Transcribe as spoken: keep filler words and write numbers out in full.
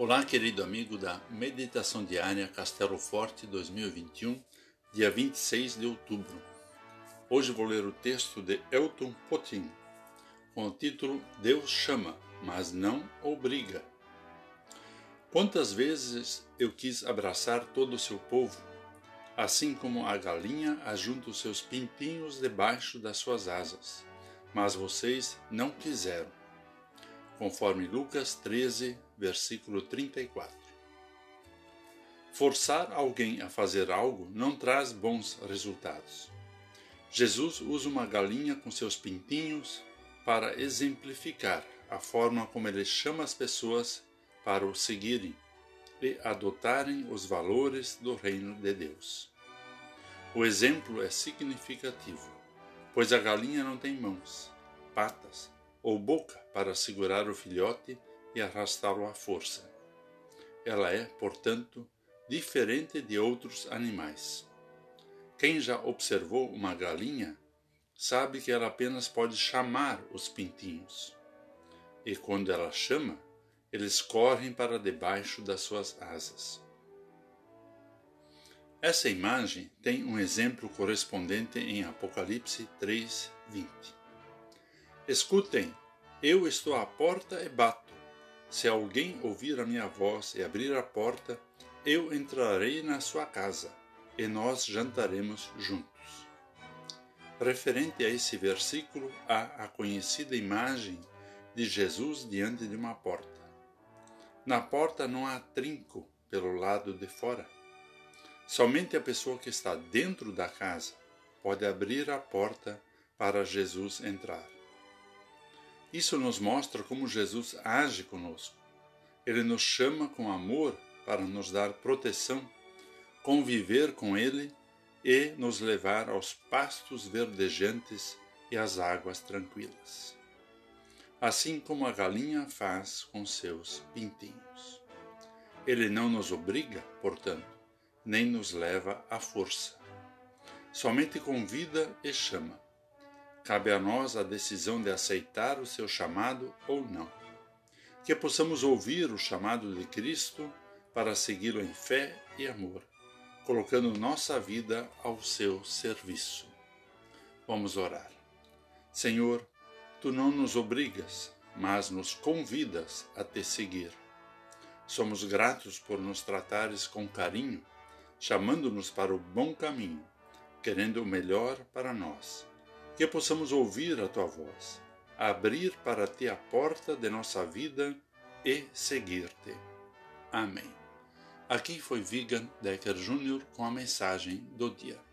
Olá, querido amigo da Meditação Diária Castelo Forte dois mil e vinte e um, dia vinte e seis de outubro. Hoje vou ler o texto de Elton Potin, com o título Deus chama, mas não obriga. Quantas vezes eu quis abraçar todo o seu povo, assim como a galinha ajunta os seus pintinhos debaixo das suas asas, mas vocês não quiseram. Conforme Lucas treze, versículo trinta e quatro. Forçar alguém a fazer algo não traz bons resultados. Jesus usa uma galinha com seus pintinhos para exemplificar a forma como ele chama as pessoas para o seguirem e adotarem os valores do reino de Deus. O exemplo é significativo, pois a galinha não tem mãos, patas ou boca para segurar o filhote e arrastá-lo à força. Ela é, portanto, diferente de outros animais. Quem já observou uma galinha sabe que ela apenas pode chamar os pintinhos. E quando ela chama, eles correm para debaixo das suas asas. Essa imagem tem um exemplo correspondente em Apocalipse três, vinte. Escutem, eu estou à porta e bato. Se alguém ouvir a minha voz e abrir a porta, eu entrarei na sua casa, e nós jantaremos juntos. Referente a esse versículo, há a conhecida imagem de Jesus diante de uma porta. Na porta não há trinco pelo lado de fora. Somente a pessoa que está dentro da casa pode abrir a porta para Jesus entrar. Isso nos mostra como Jesus age conosco. Ele nos chama com amor para nos dar proteção, conviver com Ele e nos levar aos pastos verdejantes e às águas tranquilas. Assim como a galinha faz com seus pintinhos. Ele não nos obriga, portanto, nem nos leva à força. Somente convida e chama. Cabe a nós a decisão de aceitar o seu chamado ou não. Que possamos ouvir o chamado de Cristo para segui-lo em fé e amor, colocando nossa vida ao seu serviço. Vamos orar. Senhor, Tu não nos obrigas, mas nos convidas a Te seguir. Somos gratos por nos tratares com carinho, chamando-nos para o bom caminho, querendo o melhor para nós. Que possamos ouvir a Tua voz, abrir para Ti a porta de nossa vida e seguir-te. Amém. Aqui foi Vigan Decker Júnior com a mensagem do dia.